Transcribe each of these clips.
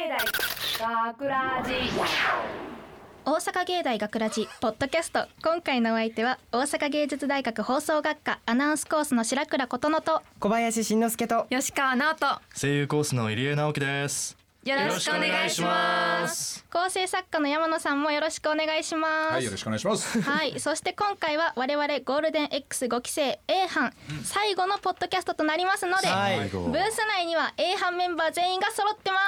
学ラジ大阪芸大学ラジポッドキャスト。今回のお相手は大阪芸術大学放送学科アナウンスコースの白倉琴乃と小林慎之介と吉川直人、 声優コースの入江直樹です。 よろしくお願いします。 構成作家の山野さんもよろしくお願いします。 はい、よろしくお願いします。 はい、そして今回は我々ゴールデン X5 期生 A 班、最後のポッドキャストとなりますので、 はい、 ブース内には A 班メンバー全員が揃ってます。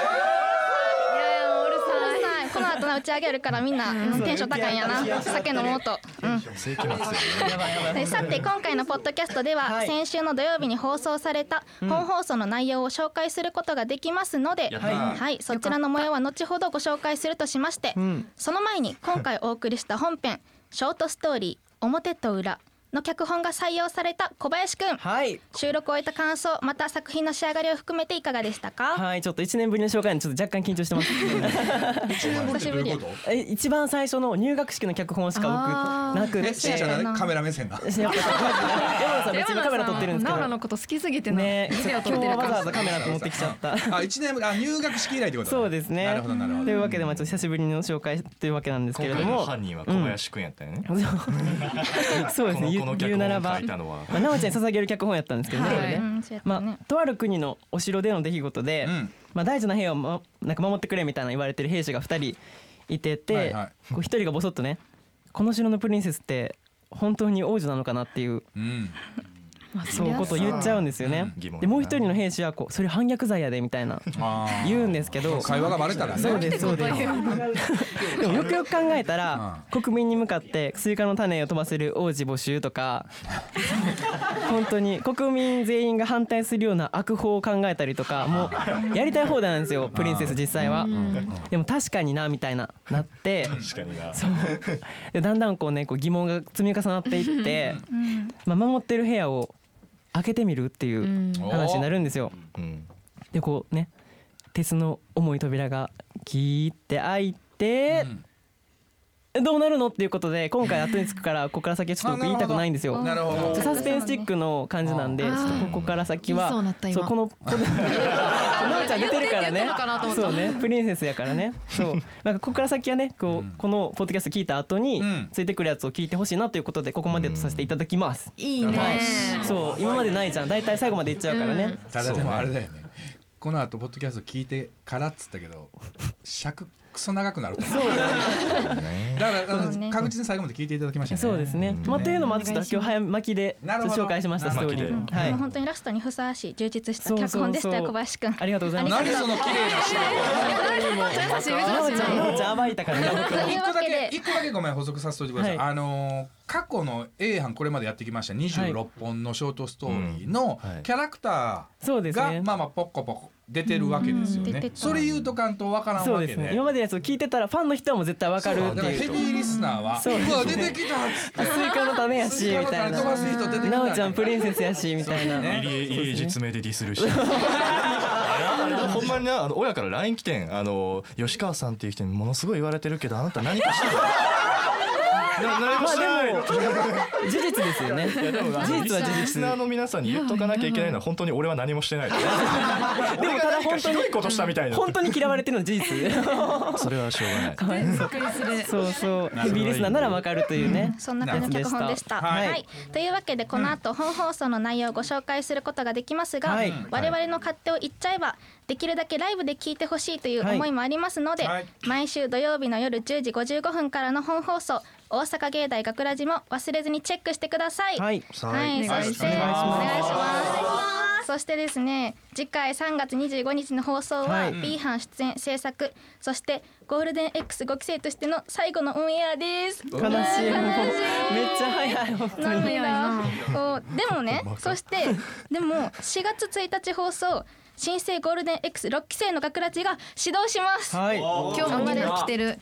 この後の打ち上げるからみんなテンション高いんやな。酒飲もうと。 世紀末さて今回のポッドキャストでは、先週の土曜日に放送された本放送の内容を紹介することができますので、はい、そちらの模様は後ほどご紹介するとしまして、その前に今回お送りした本編ショートストーリー表と裏の脚本が採用された小林くん、 はい、 収録を終えた感想、また作品の仕上がりを含めていかがでしたか？ はい、ちょっと1年ぶりの紹介にちょっと若干緊張してます久しぶりや。 一番最初の入学式の脚本しか僕なくて、 しーちゃんカメラ目線だ。 やっぱ山野さん別にカメラ撮ってるんですけど、 ナオラのこと好きすぎてね、 今日はわざわざカメラ持ってきちゃった。 1年入学式以来ってことだね。 そうですね。 なるほどなるほど。 というわけでちょっと久しぶりの紹介というわけなんですけれども、 犯人は小林くんやったよね。 そうですね。 この言うならば脚本を書いたのはなおちゃんに捧げる脚本やったんですけどね、とある国のお城での出来事で、大事な兵をなんか守ってくれみたいな言われてる兵士が2人いてて、こう1人がボソッとね、この城のプリンセスって本当に王女なのかなっていう、そういうことを言っちゃうんですよね。でもう一人の兵士はそれ反逆罪やでみたいな言うんですけど、 会話がバレたらね。 そうですそうです。でもよくよく考えたら、国民に向かってスイカの種を飛ばせる王子募集とか、本当に国民全員が反対するような悪法を考えたりとか、もうやりたい放題なんですよプリンセス実際は。でも確かになみたいなって、そうでだんだんこうね、疑問が積み重なっていって、守ってる部屋を開けてみるっていう話になるんですよ。でこうね、鉄の重い扉がギーって開いて、どうなるのっていうことで、今回後につくからここから先はちょっと僕言いたくないんですよ。 なるほど。 サスペンスチックの感じなんで、ちょっとここから先はそうこのなおちゃん出てるからね、そうね、プリンセスやからね、そうなんかここから先はね、このポッドキャスト聞いた後についてくるやつを聞いてほしいなということで、ここまでとさせていただきます。 いいね。 そう今までないじゃん、だいたい最後までいっちゃうからね。 ただでもあれだよね、この後ポッドキャスト聞いてからっつったけど尺クソ長くなると思う。だから確実に最後まで聞いていただきましたね。 そうですね。というのもあってちょっと今日早巻きで紹介しましたストーリー。はい。 本当にラストにふさわしい充実した脚本でしたよ小林くん。 ありがとうございます。 何その綺麗なシーン。 なおちゃん暴いたからね。 一個だけごめん補足させておいてください。過去の A 班これまでやってきました26本のショートストーリーのキャラクターがまあポッコポコ出てるわけですよね。それ言うとかんとわからんわけで、 今までのやつを聞いてたらファンの人はもう絶対わかるっていう。 だからヘビーリスナーはうわ出てきたっつって、 スイカの種やしみたいな、なおちゃんプリンセスやしみたいな、 入江実名でディスるしほんまにな、親から LINE 来てん、吉川さんっていう人にものすごい言われてるけど、あなた何かしてるまあでも事実ですよね。事実は事実。リスナーの皆さんに言っとかなきゃいけないのは、本当に俺は何もしてない。でもただ本当にひどいことしたみたいな。 本当に嫌われてるの事実。 それはしょうがない。 そうそう。ヘビーリスナーならわかるというね。 そんな感じの脚本でした。はい。というわけでこの後本放送の内容をご紹介することができますが、我々の勝手を言っちゃえば、できるだけライブで聞いてほしいという思いもありますので、毎週土曜日の夜10時55分からの本放送大阪芸大学ラジも忘れずにチェックしてください。はい、そしてお願いします。そしてですね、次回3月25日の放送は B 班出演制作、そしてゴールデン X5 期生としての最後のオンエアです。 悲しい。めっちゃ早い本当に。 でもね、そしてでも4月1日放送新生ゴールデン X6 期生の学ラジが始動します。 はい。今日もみんな来てる。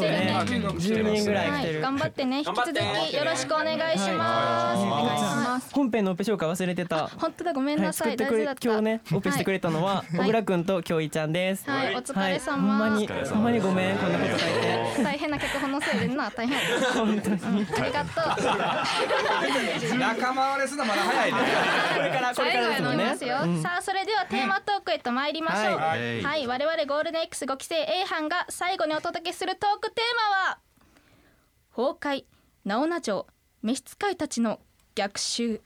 10人ぐらい来てる。 頑張ってね。引き続きよろしくお願いします。 本編のオペ紹介忘れてた。 本当だ、ごめんなさい。 ってくれ今日ねオペしてくれたのは小倉くんと京一ちゃんです。 はい、お疲れ様。 ほんまにごめんこんなこと書いて。 大変な脚本のせいでな大変。 本当にありがとう。 仲間割れするのまだ早いね。 最後や飲みますよ。さあそれではテーマトークへと参りましょう。はい、我々ゴールデン X 5期生 A 班が最後にお届けするトークテーマは崩壊直名城召使いたちの逆襲。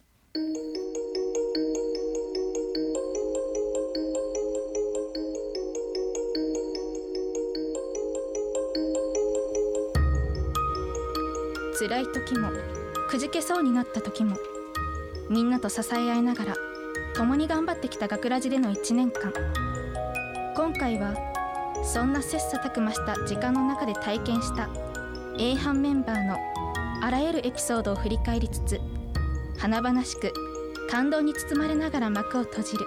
辛い時もくじけそうになった時もみんなと支え合いながら共に頑張ってきた学ラジでの1年間。今回はそんな切磋琢磨した時間の中で体験した A 班メンバーのあらゆるエピソードを振り返りつつ華々しく感動に包まれながら幕を閉じる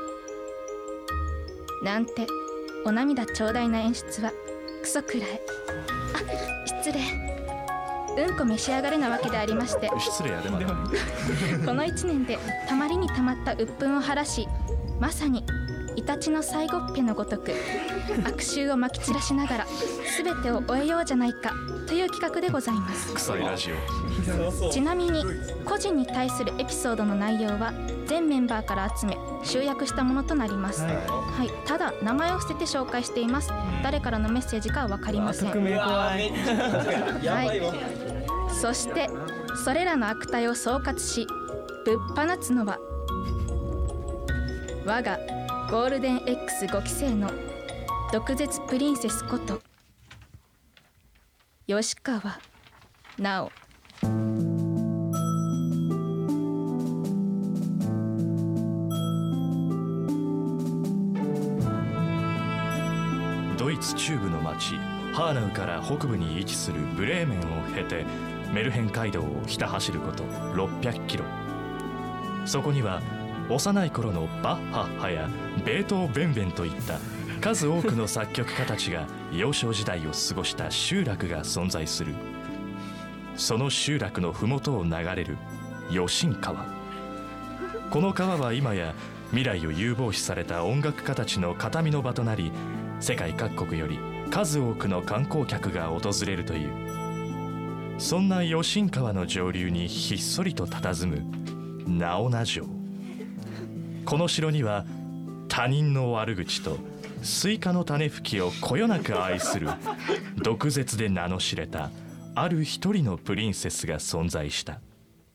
なんてお涙頂戴な演出はクソくらい。あ、失礼。うんこ召し上がれなわけでありまして、 失礼やでまだこの1年でたまりにたまった鬱憤を晴らし、まさにイタチの最後っぺのごとく悪臭をまき散らしながら全てを終えようじゃないかという企画でございます。 臭いラジオ。ちなみに個人に対するエピソードの内容は全メンバーから集め集約したものとなります。はい、ただ名前を伏せて紹介しています。誰からのメッセージかは分かりません。 匿名怖い。 はい。そしてそれらの悪態を総括しぶっ放つのは我がゴールデン X5 期生の毒舌プリンセスこと吉川直。 ドイツ中部の町ハーナウから北部に位置するブレーメンを経てメルヘン街道をひた走ること600キロ。そこには幼い頃のバッハッハやベートーベンベンといった数多くの作曲家たちが幼少時代を過ごした集落が存在する。その集落の麓を流れる余震川。この川は今や未来を有望視された音楽家たちの形見の場となり、世界各国より数多くの観光客が訪れるという。そんな余震川の上流にひっそりと佇む直名城。この城には他人の悪口とスイカの種吹きをこよなく愛する毒舌で名の知れたある一人のプリンセスが存在した。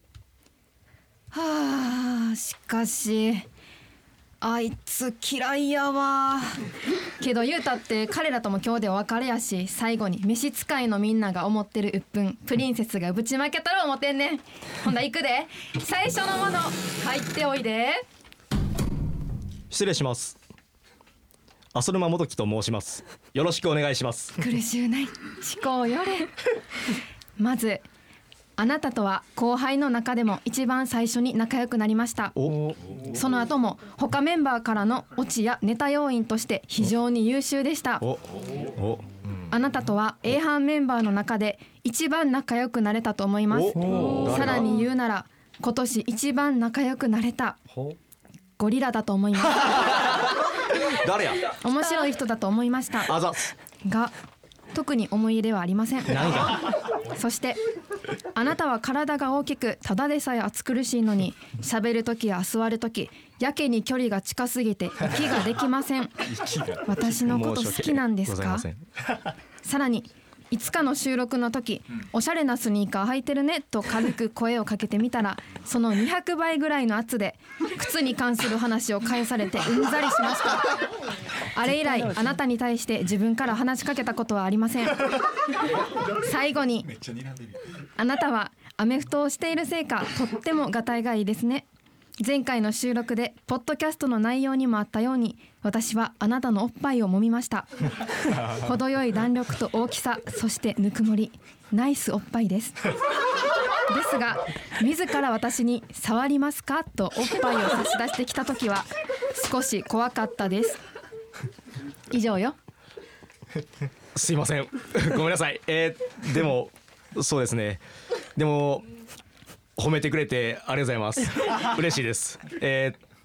はあ、しかしあいつ嫌いやわ。けど言うたって彼らとも今日でお別れやし、最後に召使いのみんなが思ってる鬱憤プリンセスがぶちまけたら思ってんねん。ほんだ行くで。最初のもの入っておいで。 失礼します。浅沼元樹と申します。よろしくお願いします。 苦しゅうない思考よれ。まずあなたとは後輩の中でも一番最初に仲良くなりました。その後も他メンバーからのオチやネタ要員として非常に優秀でした。あなたとは A 班メンバーの中で一番仲良くなれたと思います。さらに言うなら今年一番仲良くなれたゴリラだと思います。 誰や。 面白い人だと思いましたが特に思い入れはありません。そしてあなたは体が大きくただでさえ暑苦しいのに、喋るときや座るときやけに距離が近すぎて息ができません。私のこと好きなんですか。さらにいつかの収録の時、おしゃれなスニーカー履いてるねと軽く声をかけてみたら、その200倍ぐらいの圧で靴に関する話を返されてうんざりしました。あれ以来あなたに対して自分から話しかけたことはありません。最後にあなたはアメフトをしているせいかとってもがたいがいいですね。前回の収録でポッドキャストの内容にもあったように、私はあなたのおっぱいを揉みました。程よい弾力と大きさ、そしてぬくもり、ナイスおっぱいです。ですが自ら私に触りますかとおっぱいを差し出してきた時は少し怖かったです。以上よ。 すいませんごめんなさい。でもそうですね、でも褒めてくれてありがとうございます。嬉しいです。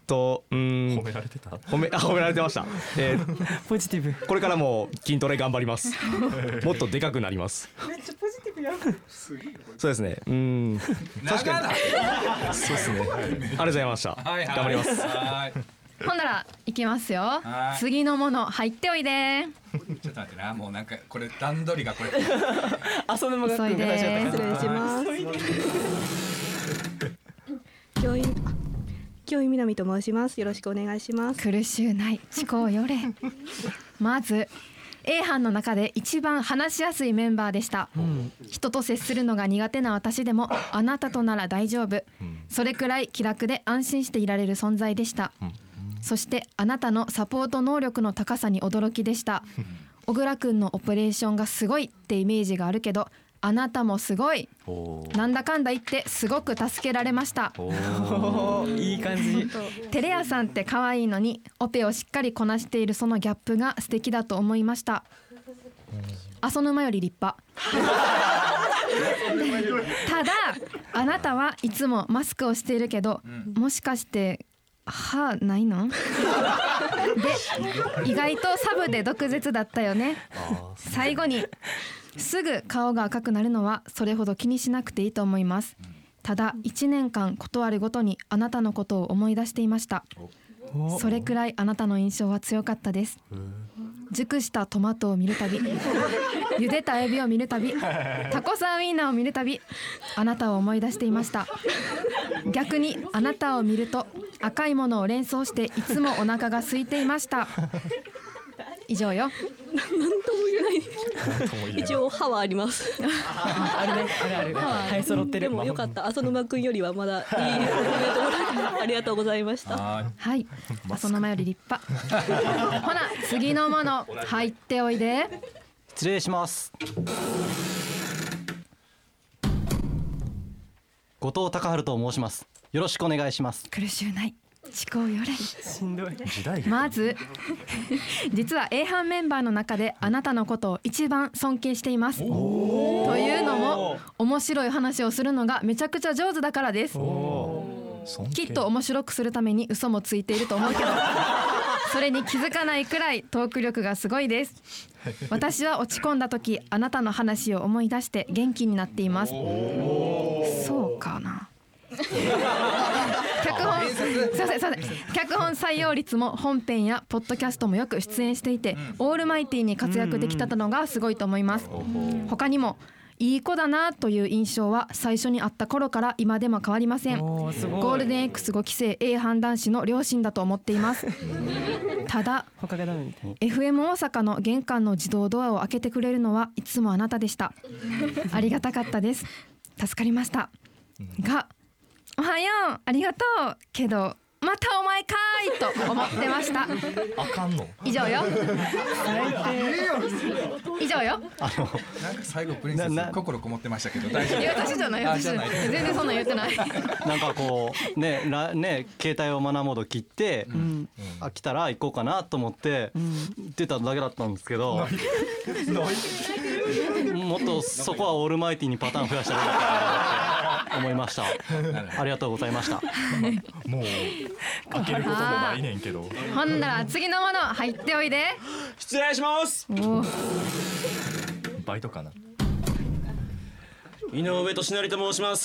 褒められてた？ 褒められてました。 ポジティブ。 これからも筋トレ頑張ります。もっとでかくなります。 めっちゃポジティブやん。 そうですね。確かに。そうですね。ありがとうございました。頑張ります。 ほんなら行きますよ。次のもの入っておいで。 ちょっと待ってな、もうなんかこれ段取りがこれ。 そのまま急いで。 失礼します。教員南と申します。よろしくお願いします。 苦しゅうない思考よれ。まず A 班の中で一番話しやすいメンバーでした。人と接するのが苦手な私でもあなたとなら大丈夫。それくらい気楽で安心していられる存在でした。そしてあなたのサポート能力の高さに驚きでした。小倉くんのオペレーションがすごいってイメージがあるけど、あなたもすごい。なんだかんだ言ってすごく助けられました。 いい感じ。 テレアさんって可愛いのにオペをしっかりこなしているそのギャップが素敵だと思いました。浅沼より立派。ただあなたはいつもマスクをしているけど、もしかして歯ないの？で意外とサブで毒舌だったよね。最後にすぐ顔が赤くなるのはそれほど気にしなくていいと思います。ただ1年間ことあるごとにあなたのことを思い出していました。それくらいあなたの印象は強かったです。熟したトマトを見るたび、茹でたエビを見るたび、タコさんウインナーを見るたび、あなたを思い出していました。逆にあなたを見ると赤いものを連想していつもお腹が空いていました。以上よ。 なんとも言えない。一応歯はあります。 あるね、ある。はい揃ってる。 でもよかった。浅沼くんよりはまだいいコメントもらってありがとうございました。 はい。浅沼より立派。ほな次のもの入っておいで。 失礼します。後藤隆春と申します。よろしくお願いします。 苦しゅうない思考よれ。 しんどい。 まず実は A 班メンバーの中であなたのことを一番尊敬しています。というのも面白い話をするのがめちゃくちゃ上手だからです。きっと面白くするために嘘もついていると思うけどそれに気づかないくらいトーク力がすごいです。私は落ち込んだ時あなたの話を思い出して元気になっています。そうかな。脚本採用率も本編やポッドキャストもよく出演していて、オールマイティに活躍できたのがすごいと思います。他にもいい子だなという印象は最初に会った頃から今でも変わりません。ゴールデン X5 期生 A 班男子の両親だと思っています。ただ FM 大阪の玄関の自動ドアを開けてくれるのはいつもあなたでした。ありがたかったです。助かりました。がおはようありがとうけどまたお前かーいと思ってました。 あかんの？ 以上よ。以上よ。 なんか最後プリンセス心こもってましたけど大丈夫？ いや私じゃない。全然そんなん言ってない。 なんかこうね携帯をマナーモード切って、来たら行こうかなと思って出ただけだったんですけど、もっとそこはオールマイティにパターン増やしたらいいなと思いました。ありがとうございました。 もう開けることもないねんけど。 ほんなら次のもの入っておいで。 失礼します。 バイトかな。 井上俊成と申します。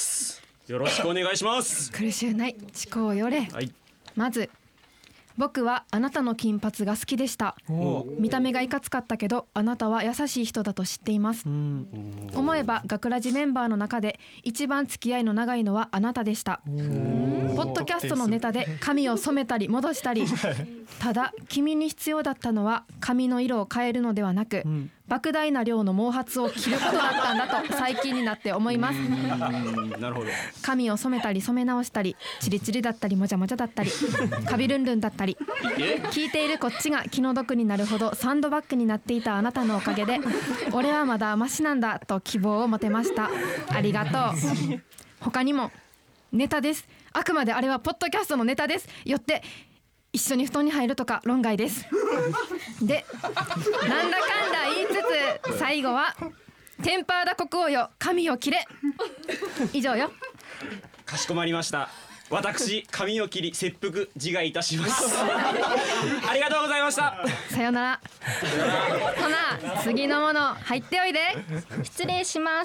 よろしくお願いします。 苦しゅうない思考よれ。 はい。 まず僕はあなたの金髪が好きでした。見た目がいかつかったけどあなたは優しい人だと知っています。思えば学ラジメンバーの中で一番付き合いの長いのはあなたでした。ポッドキャストのネタで髪を染めたり戻したりただ君に必要だったのは髪の色を変えるのではなく、莫大な量の毛髪を切ることだったんだと最近になって思います。 なるほど。 髪を染めたり染め直したりチリチリだったりもじゃもじゃだったりカビルンルンだったり聞いているこっちが気の毒になるほどサンドバッグになっていたあなたのおかげで俺はまだマシなんだと希望を持てました。ありがとう。他にもネタです。あくまであれはポッドキャストのネタです。よって一緒に布団に入るとか論外です。でなんだかんだ言いつつ最後はテンパーダ国王よ髪を切れ。以上よ。 かしこまりました。 私髪を切り切腹自害いたしますありがとうございました。 さよなら。ほな次のもの入っておいで。 失礼します。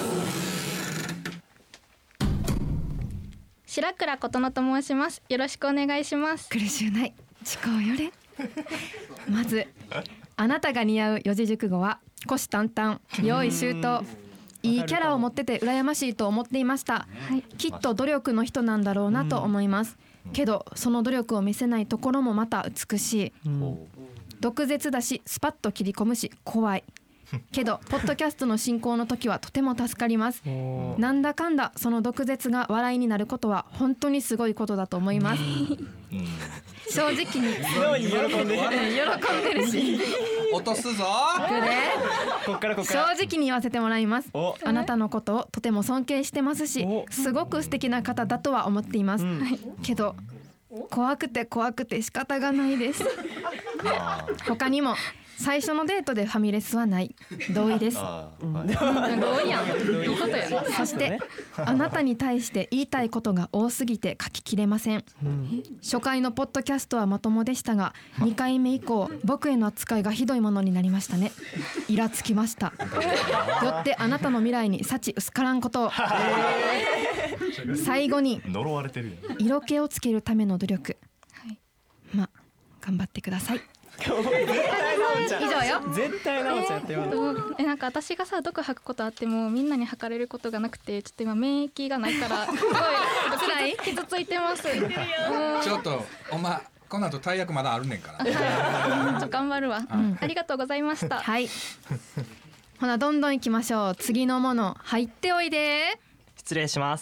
白倉琴乃と申します。よろしくお願いします。 苦しゅうない、思考よれ。まずあなたが似合う四字熟語は虎視眈々、用意周到。いいキャラを持ってて羨ましいと思っていました、はい、きっと努力の人なんだろうなと思います、けどその努力を見せないところもまた美しい、毒舌だしスパッと切り込むし怖いけどポッドキャストの進行の時はとても助かります。なんだかんだその毒舌が笑いになることは本当にすごいことだと思います正直に喜んでるし落とすぞ正直に言わせてもらいます。あなたのことをとても尊敬してますし、すごく素敵な方だとは思っています、けど怖くて仕方がないです他にも最初のデートでファミレスはない。同意です。同意やん。そしてあなたに対して言いたいことが多すぎて書ききれません、初回のポッドキャストはまともでしたが2回目以降僕への扱いがひどいものになりましたね。イラつきました。よってあなたの未来に幸薄からんことを最後に呪われてるやん。 色気をつけるための努力、ま頑張ってください。以上よ。 絶対なおちゃんってなんか私がさ毒吐くことあってもみんなに吐かれることがなくてちょっと今免疫がないからすごい辛い傷ついてますちょっとお前この後大役まだあるねんから頑張るわ、ありがとうございました。 はいほなどんどん行きましょう。次のもの入っておいで。 失礼します。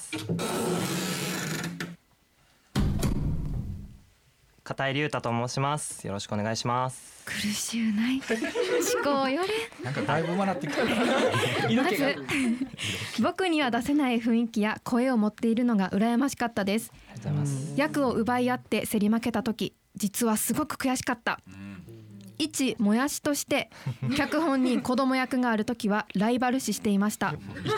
片井龍太と申します。よろしくお願いします。 苦しゅうない思考よれ。 なんかだいぶ笑ってきたまず僕には出せない雰囲気や声を持っているのが羨ましかったです。 ありがとうございます。 役を奪い合って競り負けた時実はすごく悔しかった、一もやしとして脚本に子供役がある時はライバル視していました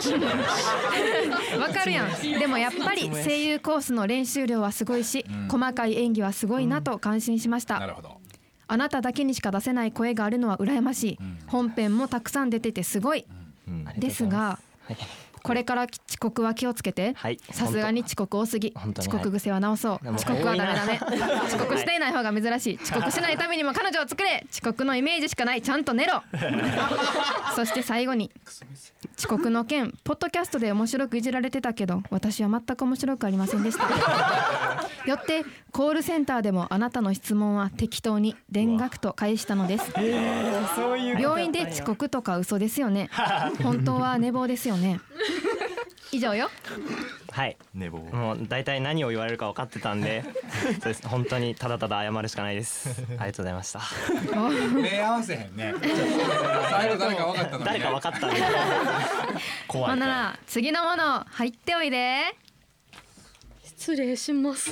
わかるやん。でもやっぱり声優コースの練習量はすごいし、細かい演技はすごいなと感心しました、 なるほど。 あなただけにしか出せない声があるのは羨ましい、本編もたくさん出ててすごい、ですがこれから遅刻は気をつけて。さすがに遅刻多すぎ。遅刻癖は直そう。遅刻はダメダメ遅刻していない方が珍しい。遅刻しないためにも彼女を作れ。遅刻のイメージしかない。ちゃんと寝ろそして最後に遅刻の件ポッドキャストで面白くいじられてたけど私は全く面白くありませんでしたよってコールセンターでもあなたの質問は適当に田楽と返したのです、病院で遅刻とか嘘ですよね。本当は寝坊ですよね以上よ。 はい、もう大体何を言われるか分かってたんでそうです。本当にただただ謝るしかないです。ありがとうございました目合わせへんね最後誰か分かったのに、ね、 誰か分かったんで怖い。ほんなら次のもの入っておいで。 失礼します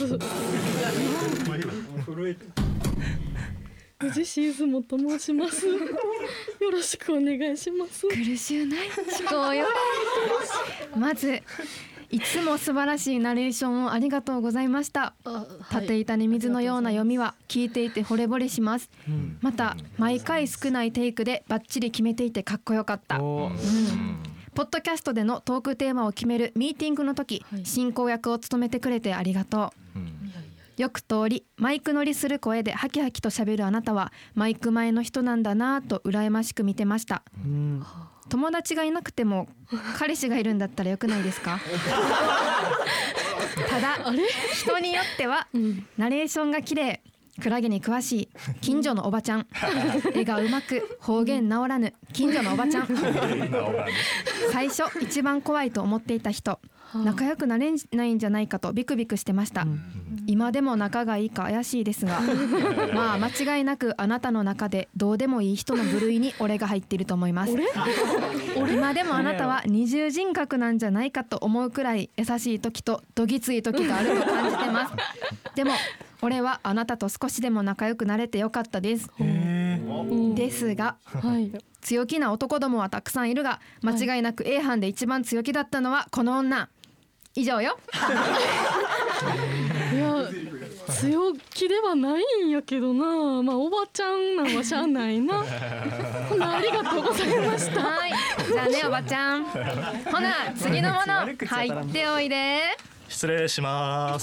富士シーズモと申しますよろしくお願いします。 苦しゅうない思考よまずいつも素晴らしいナレーションをありがとうございました。縦板に水のような読みは聞いていて惚れ惚れします、また毎回少ないテイクでバッチリ決めていてかっこよかった、ポッドキャストでのトークテーマを決めるミーティングの時、進行役を務めてくれてありがとう、よく通りマイク乗りする声でハキハキと喋るあなたはマイク前の人なんだなぁと羨ましく見てました、友達がいなくても彼氏がいるんだったらよくないですかただ人によってはナレーションが綺麗、クラゲに詳しい近所のおばちゃん、絵がうまく方言直らぬ近所のおばちゃん最初一番怖いと思っていた人、仲良くなれないんじゃないかとビクビクしてました、今でも仲がいいか怪しいですがまあ間違いなくあなたの中でどうでもいい人の部類に俺が入っていると思います今でもあなたは二重人格なんじゃないかと思うくらい優しい時とどぎつい時があると感じてますでも俺はあなたと少しでも仲良くなれてよかったですですが、強気な男どもはたくさんいるが間違いなく A 班で一番強気だったのはこの女。 以上よ。 いや強気ではないんやけどな。まあおばちゃんなんはしゃあないな。ほなありがとうございました。 はい、じゃあねおばちゃん。ほな次のもの入っておいで。 失礼します。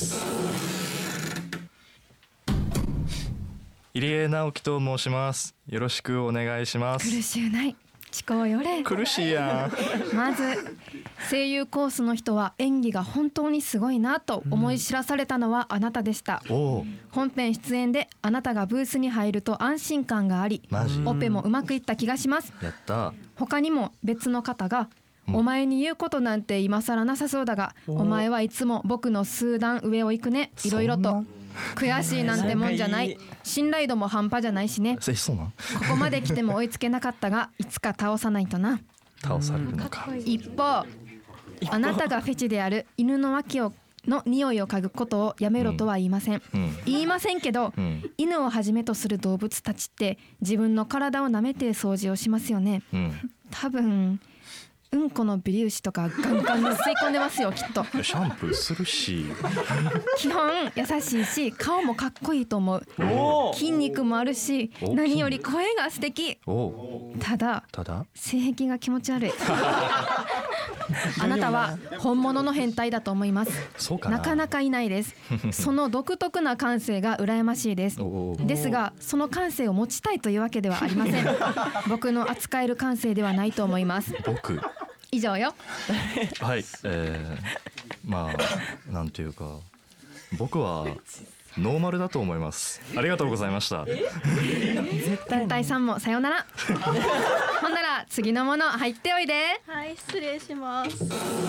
入江直樹と申します。よろしくお願いします。 苦しゅうない。ちこよれ。 苦しいやん。まず声優コースの人は演技が本当にすごいなと思い知らされたのはあなたでした。本編出演であなたがブースに入ると安心感があり、オペもうまくいった気がします。 やった。 他にも別の方がお前に言うことなんて今更なさそうだが、お前はいつも僕の数段上を行くね。いろいろと悔しいなんてもんじゃない。信頼度も半端じゃないしね。 そうなん？ ここまで来ても追いつけなかったが、いつか倒さないとな。 倒されるのか。 一方、あなたがフェチである犬の脇の匂いを嗅ぐことをやめろとは言いません。言いませんけど、犬をはじめとする動物たちって自分の体を舐めて掃除をしますよね。多分うんこの微粒子とかガンガンに吸い込んでますよきっと。 シャンプーするし基本優しいし顔もかっこいいと思う。筋肉もあるし何より声が素敵。ただ性癖が気持ち悪い。あなたは本物の変態だと思います。なかなかいないです。その独特な感性が羨ましいです。ですがその感性を持ちたいというわけではありません。僕の扱える感性ではないと思います。 僕以上よ。 はい、まあなんていうか僕はノーマルだと思います。ありがとうございました。 変態さんもさよなら。ほんなら次のもの入っておいで。 はい、失礼します。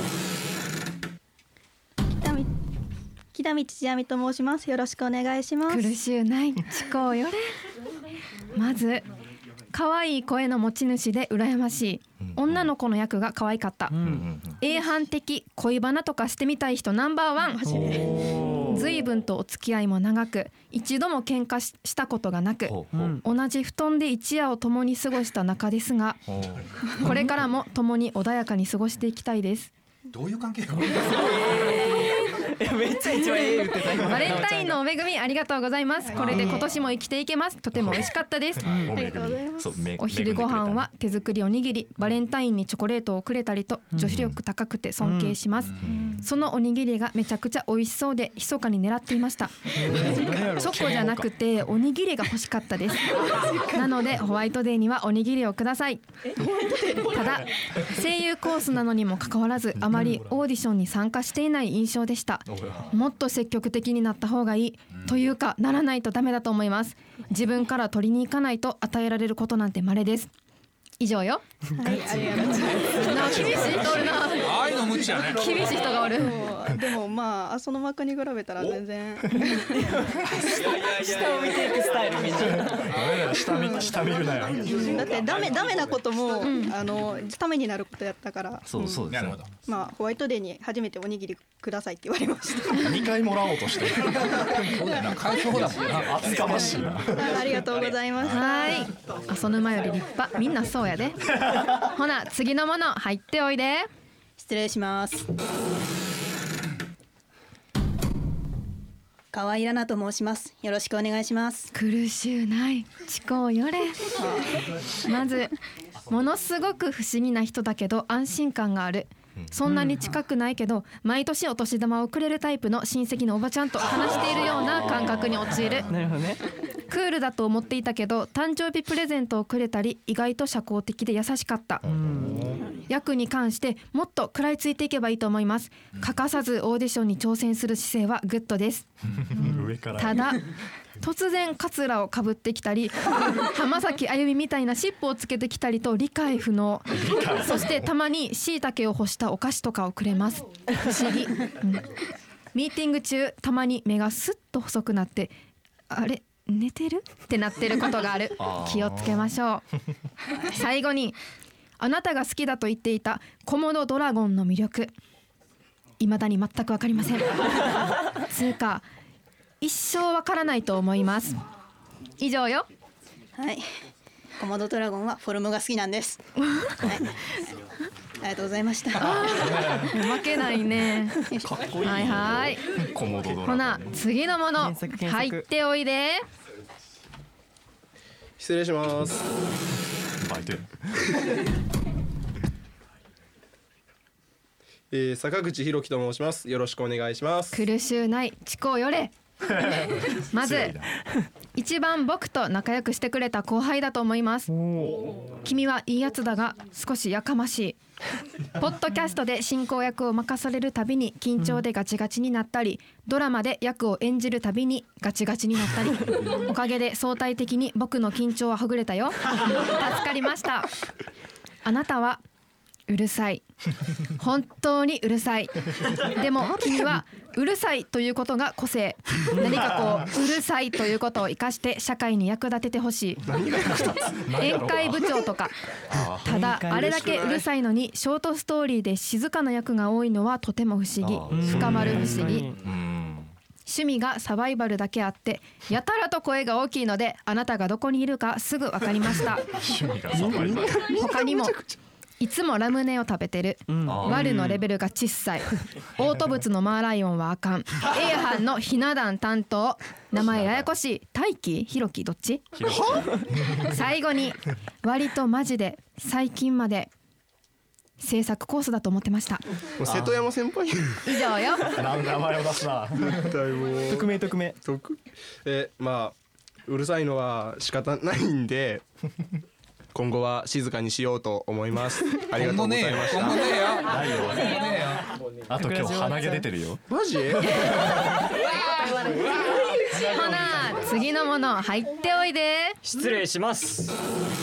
木田道千亜美と申します。よろしくお願いします。 苦しゅうない。ちこうよれ。まず可愛い声の持ち主で羨ましい。女の子の役が可愛かった。A班的恋バナとかしてみたい人ナンバー1。随分とお付き合いも長く一度も喧嘩したことがなく、同じ布団で一夜を共に過ごした仲ですが、これからも共に穏やかに過ごしていきたいです。 どういう関係か。 めっちゃ一番言ってた。 バレンタインのお恵みありがとうございます。これで今年も生きていけます。とても美味しかったです。ありがとうございます。 お昼ご飯は手作りおにぎり、バレンタインにチョコレートをくれたりと女子力高くて尊敬します。そのおにぎりがめちゃくちゃ美味しそうで密かに狙っていました。チョコじゃなくておにぎりが欲しかったです。なのでホワイトデーにはおにぎりをください。ただ声優コースなのにもかかわらずあまりオーディションに参加していない印象でした。もっと積極的になった方がいいというかならないとダメだと思います。自分から取りに行かないと与えられることなんて稀です。以上よ。 はい、ありがとうございます。 厳しい人おるな。 ああいうの無知やね。 厳しい人がおる。 でもまあその幕に比べたら全然。 下を見ていくスタイルみんな。下見るなよ。 だってダメなこともためになることやったから。 そうですね。 まあホワイトデーに初めておにぎりくださいって言われました。 2回もらおうとして。 そうだな。感想だもんな。 厚かましいな。 ありがとうございます。 はい。浅沼より立派。みんなそうやで。ほな次のもの入っておいで。 失礼します。川井奈々と申します。よろしくお願いします。 苦しゅうないちこうよれ。まずものすごく不思議な人だけど安心感がある。そんなに近くないけど毎年お年玉をくれるタイプの親戚のおばちゃんと話しているような感覚に陥る。 なるほどね。 クールだと思っていたけど誕生日プレゼントをくれたり意外と社交的で優しかった。役に関してもっと食らいついていけばいいと思います。欠かさずオーディションに挑戦する姿勢はグッドです。ただ突然カツラをかぶってきたり浜崎あゆみみたいな尻尾をつけてきたりと理解不能。そしてたまに椎茸を干したお菓子とかをくれます。不思議。ミーティング中たまに目がスッと細くなってあれ寝てるってなってることがある。気をつけましょう。最後にあなたが好きだと言っていたコモドドラゴンの魅力未だに全く分かりません。つうか一生わからないと思います。以上よ。 はい。コモドドラゴンはフォルムが好きなんです。はい。 りがとうございました。 負けないね。 かっこいい。 はいはい。 コモドドラゴン。 ほな次のもの入っておいで。 失礼します。 バイト。 坂口博樹と申します。よろしくお願いします。 苦しゅうないチコよれ。まず一番僕と仲良くしてくれた後輩だと思います。君はいいやつだが少しやかましい。ポッドキャストで進行役を任されるたびに緊張でガチガチになったり、ドラマで役を演じるたびにガチガチになったり、おかげで相対的に僕の緊張はほぐれたよ。助かりました。あなたはうるさい。本当にうるさい。でも君はうるさいということが個性。何かこううるさいということを生かして社会に役立ててほしい。宴会部長とか。ただあれだけうるさいのにショートストーリーで静かな役が多いのはとても不思議。深まる不思議。趣味がサバイバルだけあってやたらと声が大きいので、あなたがどこにいるかすぐ分かりました。他にもいつもラムネを食べてる。ワルのレベルが小さい。オートブツのマーライオンはあかん。A 班のひな壇担当。名前ややこしい。大輝ひろきどっち？最後に割とマジで最近まで制作コースだと思ってました。 瀬戸山先輩。 以上よ。 名前を出すな。 匿名。 まあうるさいのは仕方ないんで。今後は静かにしようと思います。ありがとうございました。 あと今日鼻毛出てるよ。 マジ？ ほな次のもの入っておいで。 失礼します。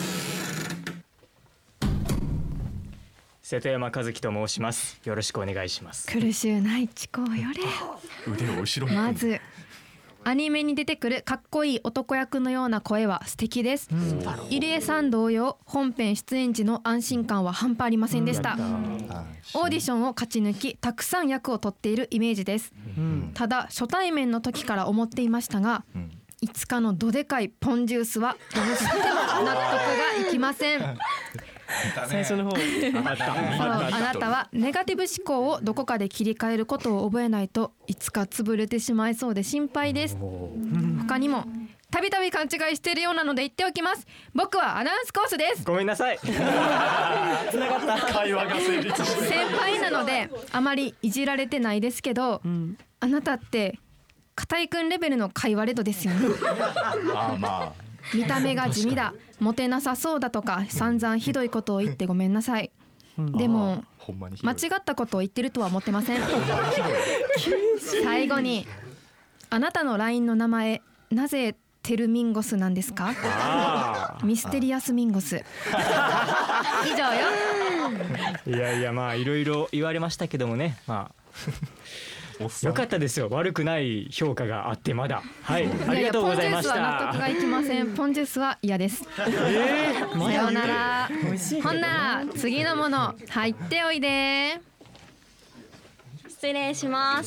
瀬戸山和樹と申します。よろしくお願いします。 苦しゅうないチコよれ。 腕を後ろに。 まずアニメに出てくるかっこいい男役のような声は素敵です。入江さん同様本編出演時の安心感は半端ありませんでした。オーディションを勝ち抜きたくさん役を取っているイメージです。ただ初対面の時から思っていましたが、いつかのどでかいポンジュースはどうしても納得がいきません。 最初の方あなたはネガティブ思考をどこかで切り替えることを覚えないといつか潰れてしまいそうで心配です。他にもたびたび勘違いしているようなので言っておきます。僕はアナウンスコースです。 ごめんなさい。 繋がった会話が成立してる。 先輩なのであまりいじられてないですけど、あなたって片井くんレベルの会話レドですよね。 まあ見た目が地味だ、モテなさそうだとか散々ひどいことを言ってごめんなさい。でも間違ったことを言ってるとは思ってません。最後にあなたの LINE の名前なぜテルミンゴスなんですか？ミステリアスミンゴス。以上よ。 いやまあいろいろ言われましたけどもね、まあよかったですよ。悪くない評価があってまだ。はい、ありがとうございました。 ポンジュースは納得がいきません。ポンジュースは嫌です。さようなら。ほんなら次のもの入っておいで。 失礼します。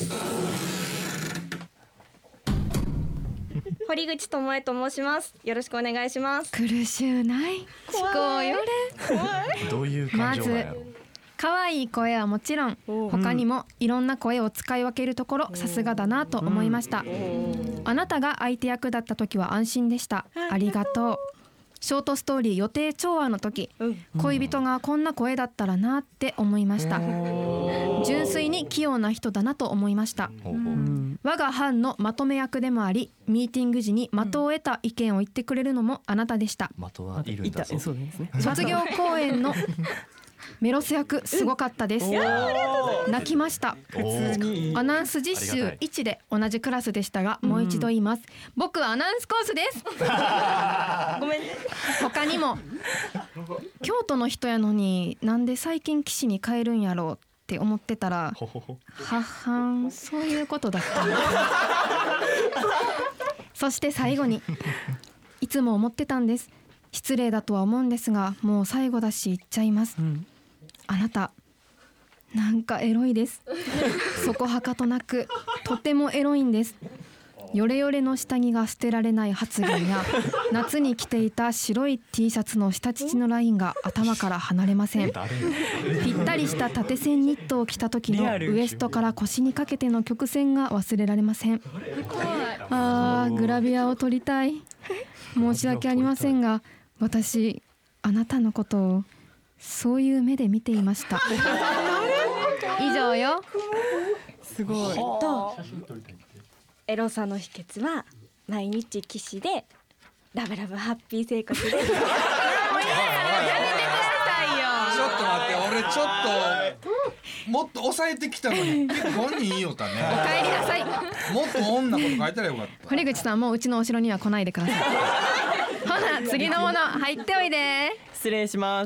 堀口智恵と申します。よろしくお願いします。 苦しゅうない。チコよれ。 どういう感情なんやろ。 可愛い声はもちろん他にもいろんな声を使い分けるところさすがだなと思いました。あなたが相手役だった時は安心でした。ありがとう。ショートストーリー予定調和の時、恋人がこんな声だったらなって思いました。純粋に器用な人だなと思いました。我が班のまとめ役でもあり、ミーティング時に的を得た意見を言ってくれるのもあなたでした。 的はいるんだぞ。 卒業公演のメロス役すごかったです。泣きました。アナウンス実習1で同じクラスでしたが、もう一度言います。僕はアナウンスコースです。ごめんね。他にも京都の人やのになんで最近岸に帰るんやろうって思ってたら、ははん、そういうことだった。そして最後にいつも思ってたんです。失礼だとは思うんですが、もう最後だし言っちゃいます。あなたなんかエロいです。そこはかとなくとてもエロいんです。 ヨレヨレの下着が捨てられない発言や夏に着ていた白い T シャツの下乳のラインが頭から離れません。ぴったりした縦線ニットを着た時のウエストから腰にかけての曲線が忘れられません。グラビアを撮りたい。申し訳ありませんが、私あなたのことをそういう目で見ていました。以上よ。 すごい。 エロさの秘訣は毎日キスでラブラブハッピー生活です。 ちょっと待って俺ちょっともっと抑えてきたのに結構本人いいよったね。 お帰りなさい。 もっと女のこと書いたらよかった。 堀口さんもううちのお城には来ないでください。ほな次のもの入っておいで。 失礼します。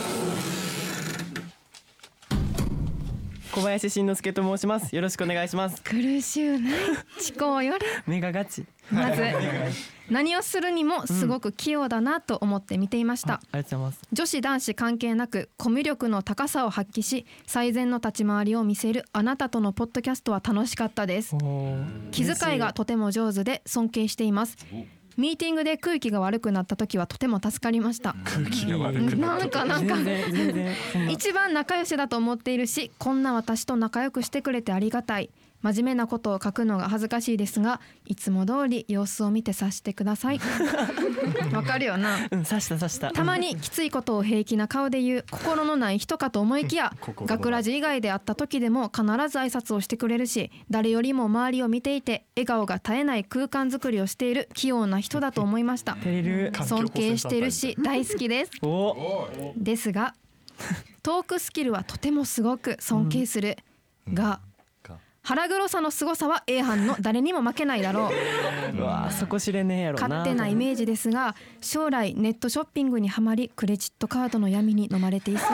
小林慎之介と申します。よろしくお願いします。 苦しゅうない思考より目がガチ。 まず何をするにもすごく器用だなと思って見ていました。 ありがとうございます。 女子男子関係なくコミュ力の高さを発揮し最善の立ち回りを見せるあなたとのポッドキャストは楽しかったです。気遣いがとても上手で尊敬しています。ミーティングで空気が悪くなった時はとても助かりました。 空気が悪くなった。 なんか一番仲良しだと思っているし、こんな私と仲良くしてくれてありがたい。真面目なことを書くのが恥ずかしいですが、いつも通り様子を見て察してください。わかるよな。 察した。 たまにきついことを平気な顔で言う心のない人かと思いきや、学ラジ以外で会った時でも必ず挨拶をしてくれるし、誰よりも周りを見ていて笑顔が絶えない空間作りをしている器用な人だと思いました。尊敬しているし大好きです。ですがトークスキルはとてもすごく尊敬する、が腹黒さの凄さは A 班の誰にも負けないだろう。 うわ、そこ知れねえやろな。 勝手なイメージですが、将来ネットショッピングにはまりクレジットカードの闇に飲まれていそう。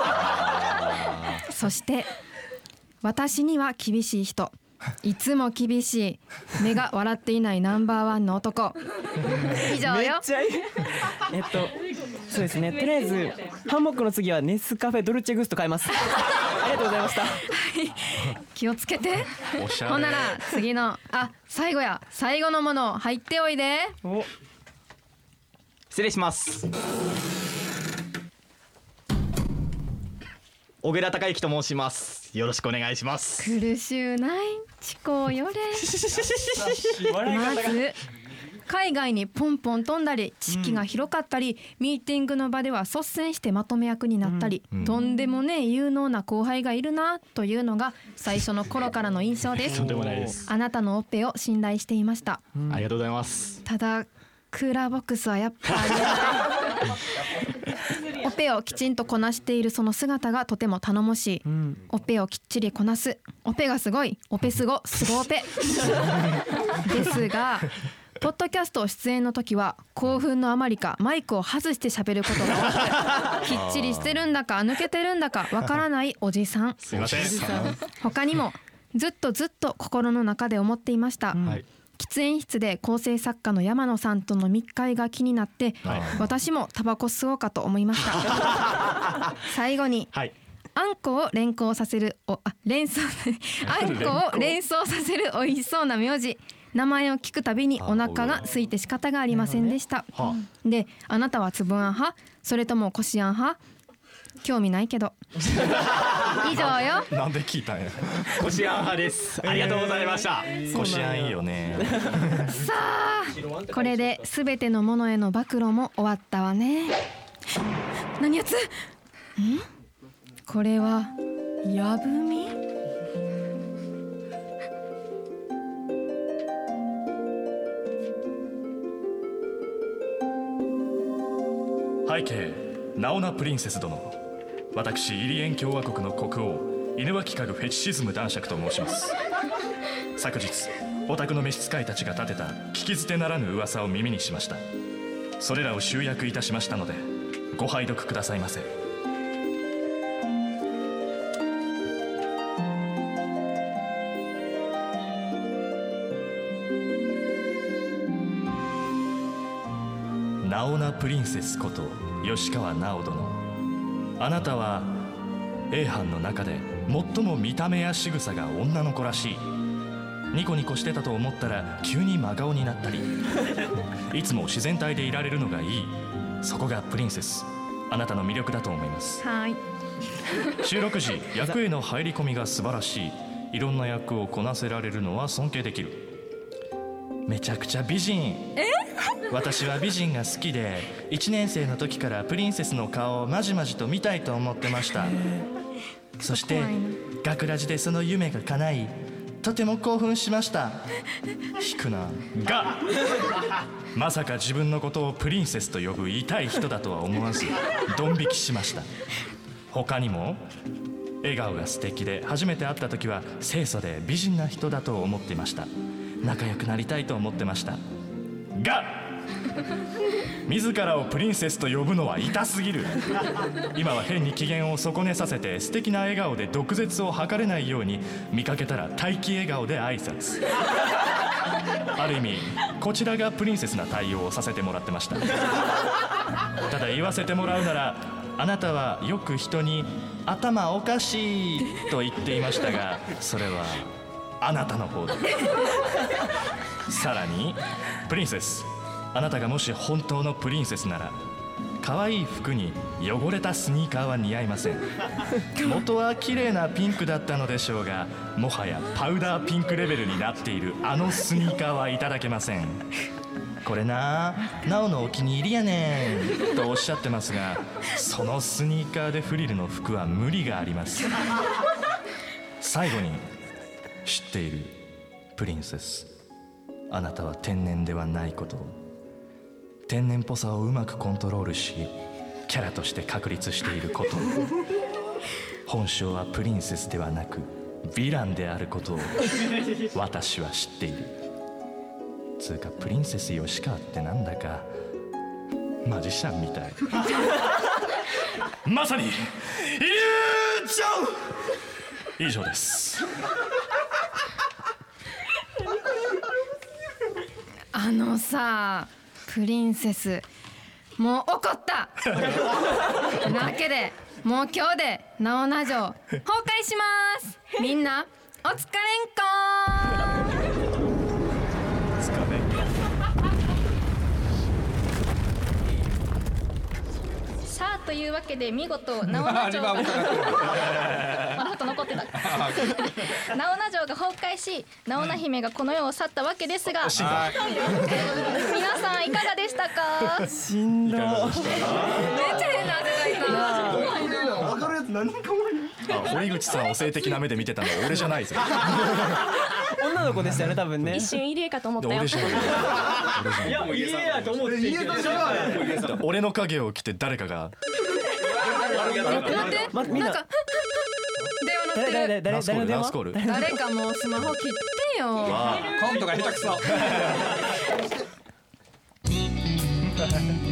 そして私には厳しい人、いつも厳しい、目が笑っていないナンバーワンの男。以上よ。 めっちゃいい。そうですね、とりあえずハンモックの次はネスカフェドルチェグスト買います。ありがとうございました。 気をつけて。ほんなら次の最後のもの入っておいで。 失礼します。小倉孝之と申します。よろしくお願いします。 苦しゅうない思考よれ。まず海外にポンポン飛んだり、知識が広かったり、ミーティングの場では率先してまとめ役になったり、とんでもねえ有能な後輩がいるなというのが最初の頃からの印象です。 とんでもないです。 あなたのオペを信頼していました。 ありがとうございます。 ただクーラーボックスはやっぱりオペをきちんとこなしているその姿がとても頼もしい。オペをきっちりこなす、オペがすごい、オペすごオペですが、ポッドキャスト出演の時は興奮のあまりかマイクを外して喋ることが多く、きっちりしてるんだか抜けてるんだかわからないおじさん。 すいません。 他にもずっと心の中で思っていました。喫煙室で構成作家の山野さんとの密会が気になって、私もタバコ吸おうかと思いました。最後に、あんこを連想させるあんこを連想させる美味しそうな名字、名前を聞くたびにお腹が空いて仕方がありませんでした。で、あなたはつぶあん派、それともこしあん派？興味ないけど。以上よ。 なんで聞いたんや。 こしあん派です。ありがとうございました。 こしあんいいよね。 さあ、これで全てのものへの暴露も終わったわね。何やつ？これはやぶみ？ 背景、ナオナプリンセス殿。私イリエン共和国の国王、犬脇家具フェチシズム男爵と申します。昨日お宅の召使いたちが立てた聞き捨てならぬ噂を耳にしました。それらを集約いたしましたのでご拝読くださいませ。ナオナプリンセスこと吉川直殿、あなたは A 班の中で最も見た目や仕草が女の子らしい、 ニコニコしてたと思ったら急に真顔になったりいつも自然体でいられるのがいい。そこがプリンセス、あなたの魅力だと思います。 はい。 収録時役への入り込みが素晴らしい。いろんな役をこなせられるのは尊敬できる。めちゃくちゃ美人。私は美人が好きで1年生の時からプリンセスの顔をまじまじと見たいと思ってました。そして学ラジでその夢が叶い、とても興奮しました。引くながまさか自分のことをプリンセスと呼ぶ痛い人だとは思わずドン引きしました。他にも笑顔が素敵で初めて会った時は清楚で美人な人だと思っていました。仲良くなりたいと思ってましたが自らをプリンセスと呼ぶのは痛すぎる。今は変に機嫌を損ねさせて素敵な笑顔で毒舌を吐かれないように見かけたら待機笑顔で挨拶。ある意味こちらがプリンセスな対応をさせてもらってました。ただ言わせてもらうなら、あなたはよく人に頭おかしいと言っていましたが、それはあなたの方だ。さらにプリンセス、あなたがもし本当のプリンセスなら可愛い服に汚れたスニーカーは似合いません。元は綺麗なピンクだったのでしょうが、もはやパウダーピンクレベルになっているあのスニーカーはいただけません。これな、なおのお気に入りやねんとおっしゃってますが、そのスニーカーでフリルの服は無理があります。最後に知っているプリンセス、あなたは天然ではないことを、天然っぽさをうまくコントロールしキャラとして確立していることを、本性はプリンセスではなくヴィランであることを私は知っている。つうかプリンセス吉川ってなんだかマジシャンみたい。まさにイリュージョン。以上です。 あのさ、プリンセスもう怒ったなわけで、もう今日でなおな城崩壊します。みんなお疲れんこさあというわけで見事なおな城がまだあと残ってたなおな城が崩壊し、なおな姫がこの世を去ったわけですが、皆さんいかがでしたか？ しんど。めっちゃ変な汗かいた。 分かるやつ何人か多い。堀口さんを性的な目で見てたの俺じゃないぞ。 女の子でしたよね、多分ね。 一瞬入江かと思ったよ。 いやもう入江やと思って入江と違う。 俺の影を着て誰かが待って、なんか電話鳴ってる。 誰の電話？ 誰かもうスマホ切ってよ。 コントが下手くそ。 皆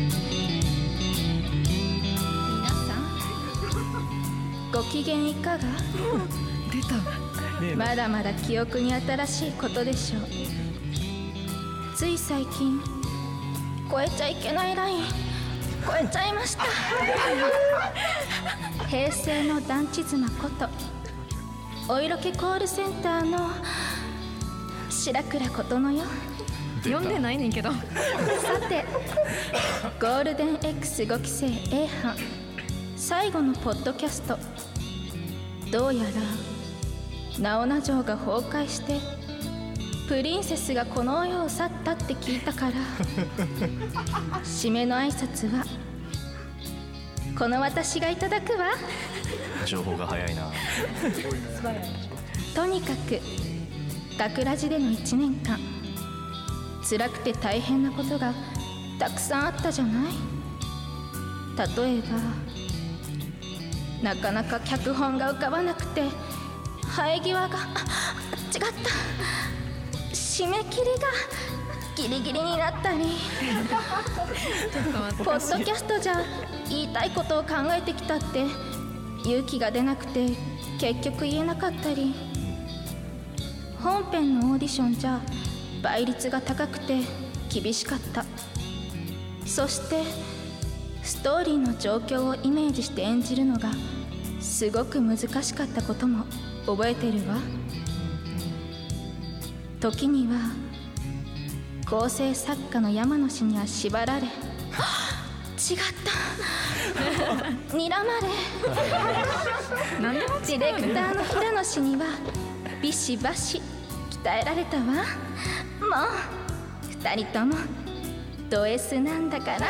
さんご機嫌いかが？ 出た。 まだまだ記憶に新しいことでしょう。つい最近超えちゃいけないライン超えちゃいました。平成の団地妻ことお色気コールセンターの白倉琴乃よ。 呼んでないねんけど。 さてゴールデン X5 期生 A 班最後のポッドキャスト、どうやらなおな城が崩壊してプリンセスがこの世を去ったって聞いたから締めの挨拶はこの私がいただくわ。 情報が早いな。 とにかく学ラジでの1年間辛くて大変なことがたくさんあったじゃない。例えばなかなか脚本が浮かばなくて生え際が違った、締め切りがギリギリになったりポッドキャストじゃ言いたいことを考えてきたって勇気が出なくて結局言えなかったり、本編のオーディションじゃ倍率が高くて厳しかった。そしてストーリーの状況をイメージして演じるのがすごく難しかったことも覚えてるわ。 時には構成作家の山野氏には縛られ違った睨まれディレクターの平野氏にはビシバシ鍛えられたわ。もう二人ともド S なんだから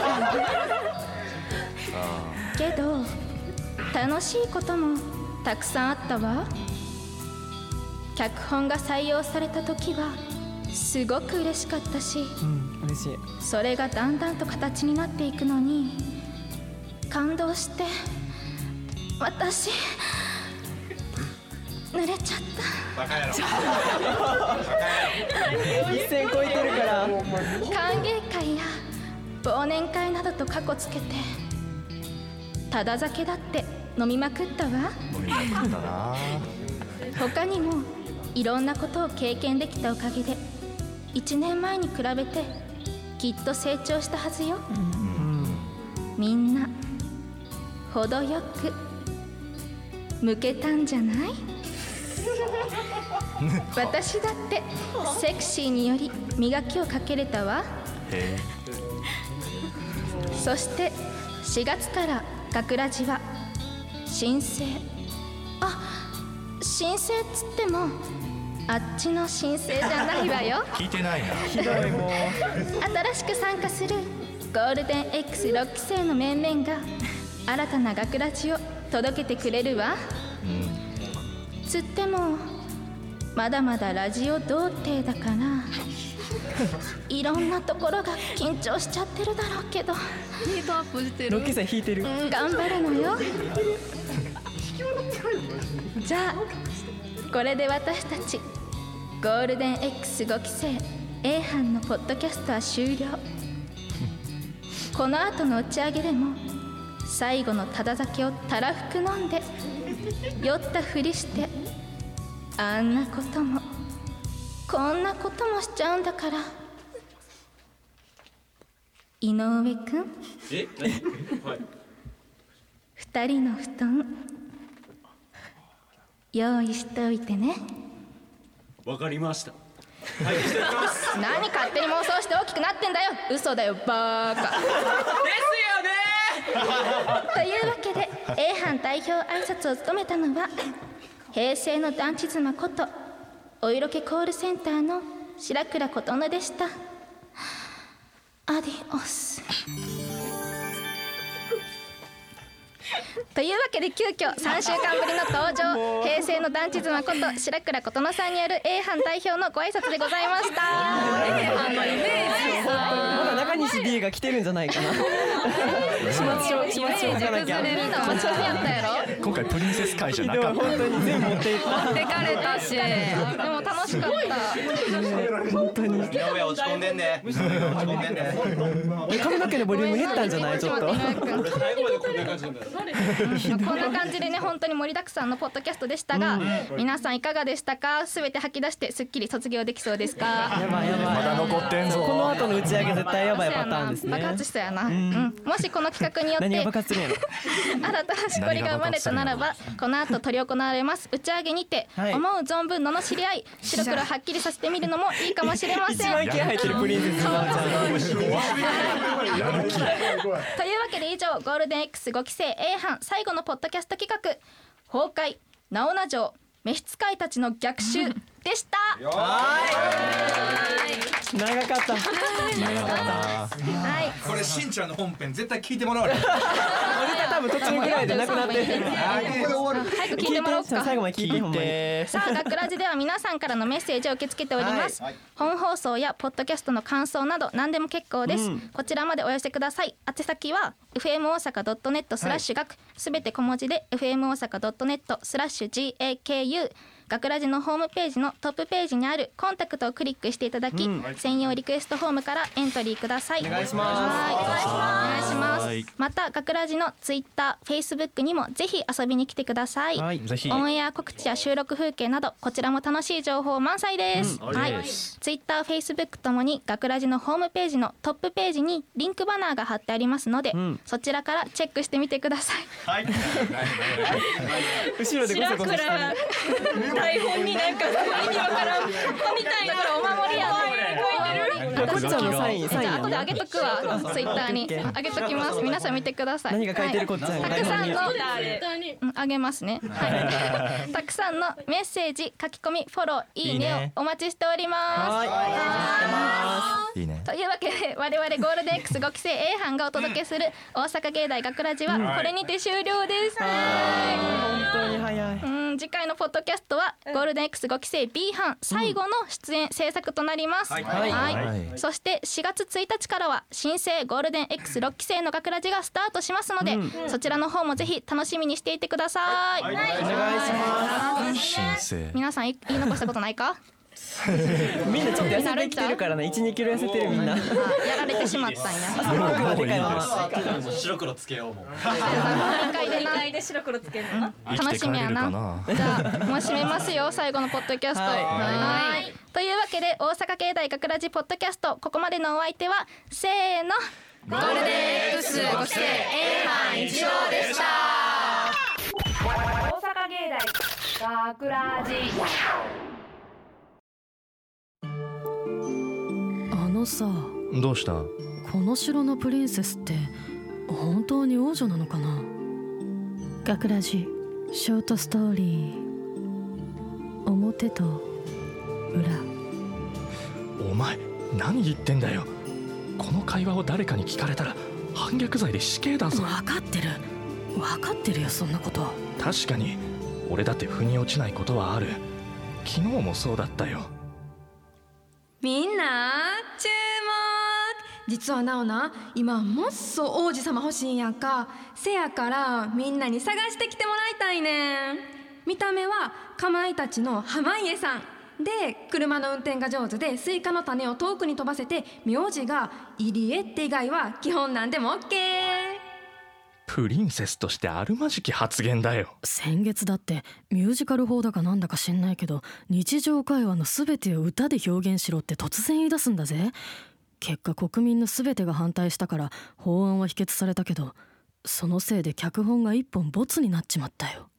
けど楽しいこともたくさんあったわ。脚本が採用された時はすごく嬉しかったし、 嬉しい。 それがだんだんと形になっていくのに感動して私濡れちゃった。 バカ野郎一線超えてるから歓迎会や忘年会などとカコつけてただ酒だって飲みまくったわ。 飲みまくったな。 他にもいろんなことを経験できたおかげで1年前に比べてきっと成長したはずよ。みんな程よく向けたんじゃない？私だってセクシーにより磨きをかけれたわ。そして4月から学ラジは新生、新生っつってもあっちの新生じゃないわよ。 聞いてないな。 ひどい。もう新しく参加するゴールデン X6 期生の面々が新たな学ラジを届けてくれるわ。つってもまだまだラジオ童貞だからいろんなところが緊張しちゃってるだろうけど、 ヒートアップしてる。 6期生引いてる。 頑張るのよ。じゃあこれで私たちゴールデン X5 期生 A 班のポッドキャストは終了。この後の打ち上げでも最後のただ酒をたらふく飲んで酔ったふりしてあんなこともこんなこともしちゃうんだから。井上くん、2人の布団用意しておいてね。 わかりました。はい、しておきます。 何勝手に妄想して大きくなってんだよ。嘘だよバーカ。 ですよねというわけで A 班代表挨拶を務めたのは平成の団地妻ことお色気コールセンターの白倉琴乃でした。アディオス。というわけで急遽3週間ぶりの登場、平成の団地妻こと白倉琴乃さんによる A 班代表のご挨拶でございました。 A 班のイメージまだ中西 D が来てるんじゃないかな。始末書書かなきゃ。 みんな間違えたやろ。 今回プリンセス会じゃなかった。 本当に全部持っていった。 持ってかれたし。 でも楽しかった。 本当に。 井上落ち込んでんね。落ち込んでんね。 髪の毛のボリューム減ったんじゃない？ちょっと。 最後までこんな感じなんだよ。 こんな感じでね、本当に盛りだくさんのポッドキャストでしたが、皆さんいかがでしたか？すべて吐き出してすっきり卒業できそうですか？ やばいやばい。 まだ残ってんぞ。 この後の打ち上げ絶対やばいパターンですね。 爆発しそうやな。もしこの企画によって何が爆発するんやろ。 新たなしこりが生まれたならば、この後執り行われます打ち上げにて、思う存分罵り合い、白黒はっきりさせてみるのもいいかもしれません。 一番気合入ってるプリンセスバーちゃん。 というわけで以上、ゴールデン X5 期生 A 班最後のポッドキャスト企画、崩壊直名城召使いたちの逆襲でした。 長かった。長かった。 はい。 これしんちゃんの本編絶対聞いてもらわれ。 多分途中ぐらいでなくなってる。 早く聞いてもらおうか。 最後まで聞いて。 さあ、学ラジでは皆さんからのメッセージを受け付けております。本放送やポッドキャストの感想など何でも結構です。こちらまでお寄せください。宛先は fm 大阪 .net/学、すべて小文字で fm 大阪 .net/gaku。学ラジのホームページのトップページにあるコンタクトをクリックしていただき、専用リクエストフォームからエントリーください。 お願いします。 お願いします。 また学ラジのツイッター、フェイスブックにもぜひ遊びに来てください。 ぜひ。 オンエア告知や収録風景などこちらも楽しい情報満載です。ツイッター、フェイスブックともに学ラジのホームページのトップページにリンクバナーが貼ってありますので、そちらからチェックしてみてください。 後ろでゴソゴソしてる。 台本になんか意味わからんみたいなお守りやこっちゃんのサインじゃあ後であげとくわ。ツイッターにあげときます。皆さん見てください。 何が書いてるこっちゃんがたくさんのあげますね。たくさんのメッセージ、書き込み、フォロー、いいねをお待ちしております。 いいね。 というわけで我々ゴールデン X5 期生 A 班がお届けする大阪芸大学ラジはこれにて終了です。 本当に早い。 次回のポッドキャストはゴールデン X5 期生 B 班最後の出演制作となります。そして4月1日からは新生ゴールデン X6 期生の学ラジがスタートしますので、そちらの方もぜひ楽しみにしていてください。お願いします。 新生。 皆さん言い残したことないか？ みんなちょっと痩せてきてるからね。1、2キロ痩せてるみんな。 やられてしまったんや。 白黒つけようもう。 2回で白黒つけるの。 楽しみやな。じゃあもう締めますよ、最後のポッドキャスト。というわけで大阪芸大学ラジポッドキャスト、ここまでのお相手はせーの、 ゴールデン X5 期生 A 班一郎でした。 大阪芸大学ラジ。 さ、 どうした？ この城のプリンセスって本当に王女なのかな。学ラジショートストーリー、表と裏。 お前何言ってんだよ。この会話を誰かに聞かれたら反逆罪で死刑だぞ。 分かってるよ、そんなこと。 確かに俺だって腑に落ちないことはある。昨日もそうだったよ。 みんな注目。実はなおな、今もっそ王子様欲しいんやんか。せやからみんなに探してきてもらいたいねん。見た目はかまいたちの濱家さんで、車の運転が上手でスイカの種を遠くに飛ばせて、名字が入江って以外は基本なんでも OK。 プリンセスとしてあるまじき発言だよ。 先月だってミュージカル法だかなんだか知んないけど、日常会話の全てを歌で表現しろって突然言い出すんだぜ。結果国民の全てが反対したから法案は否決されたけど、そのせいで脚本が一本ボツになっちまったよ。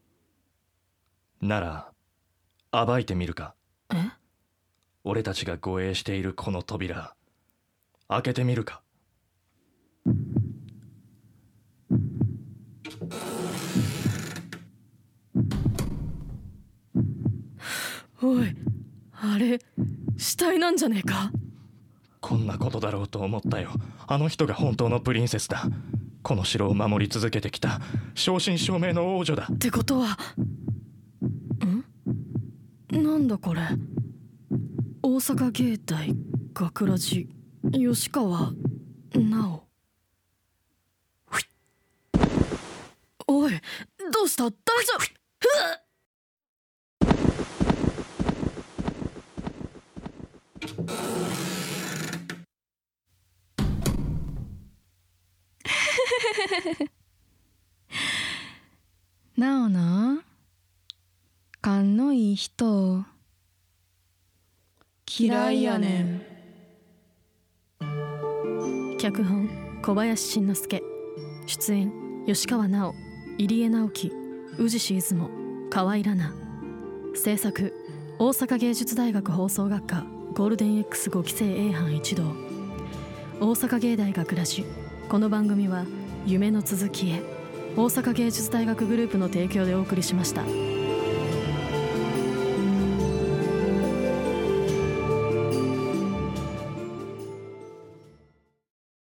なら暴いてみるか。 え？ 俺たちが護衛しているこの扉開けてみるか。 おい、あれ死体なんじゃねえか。 こんなことだろうと思ったよ。あの人が本当のプリンセスだ。この城を守り続けてきた正真正銘の王女だ。 ってことは、なんだこれ。大阪芸大学ラジ吉川直。おい、どうした？大丈夫？ なおな、勘のいい人嫌いやねん。 脚本小林慎之介、出演吉川直、入江直樹、宇治志出雲、河合来奈。制作大阪芸術大学放送学科ゴールデン X5 期生 A 班一同。大阪芸大学ラジ。この番組は夢の続きへ大阪芸術大学グループの提供でお送りしました。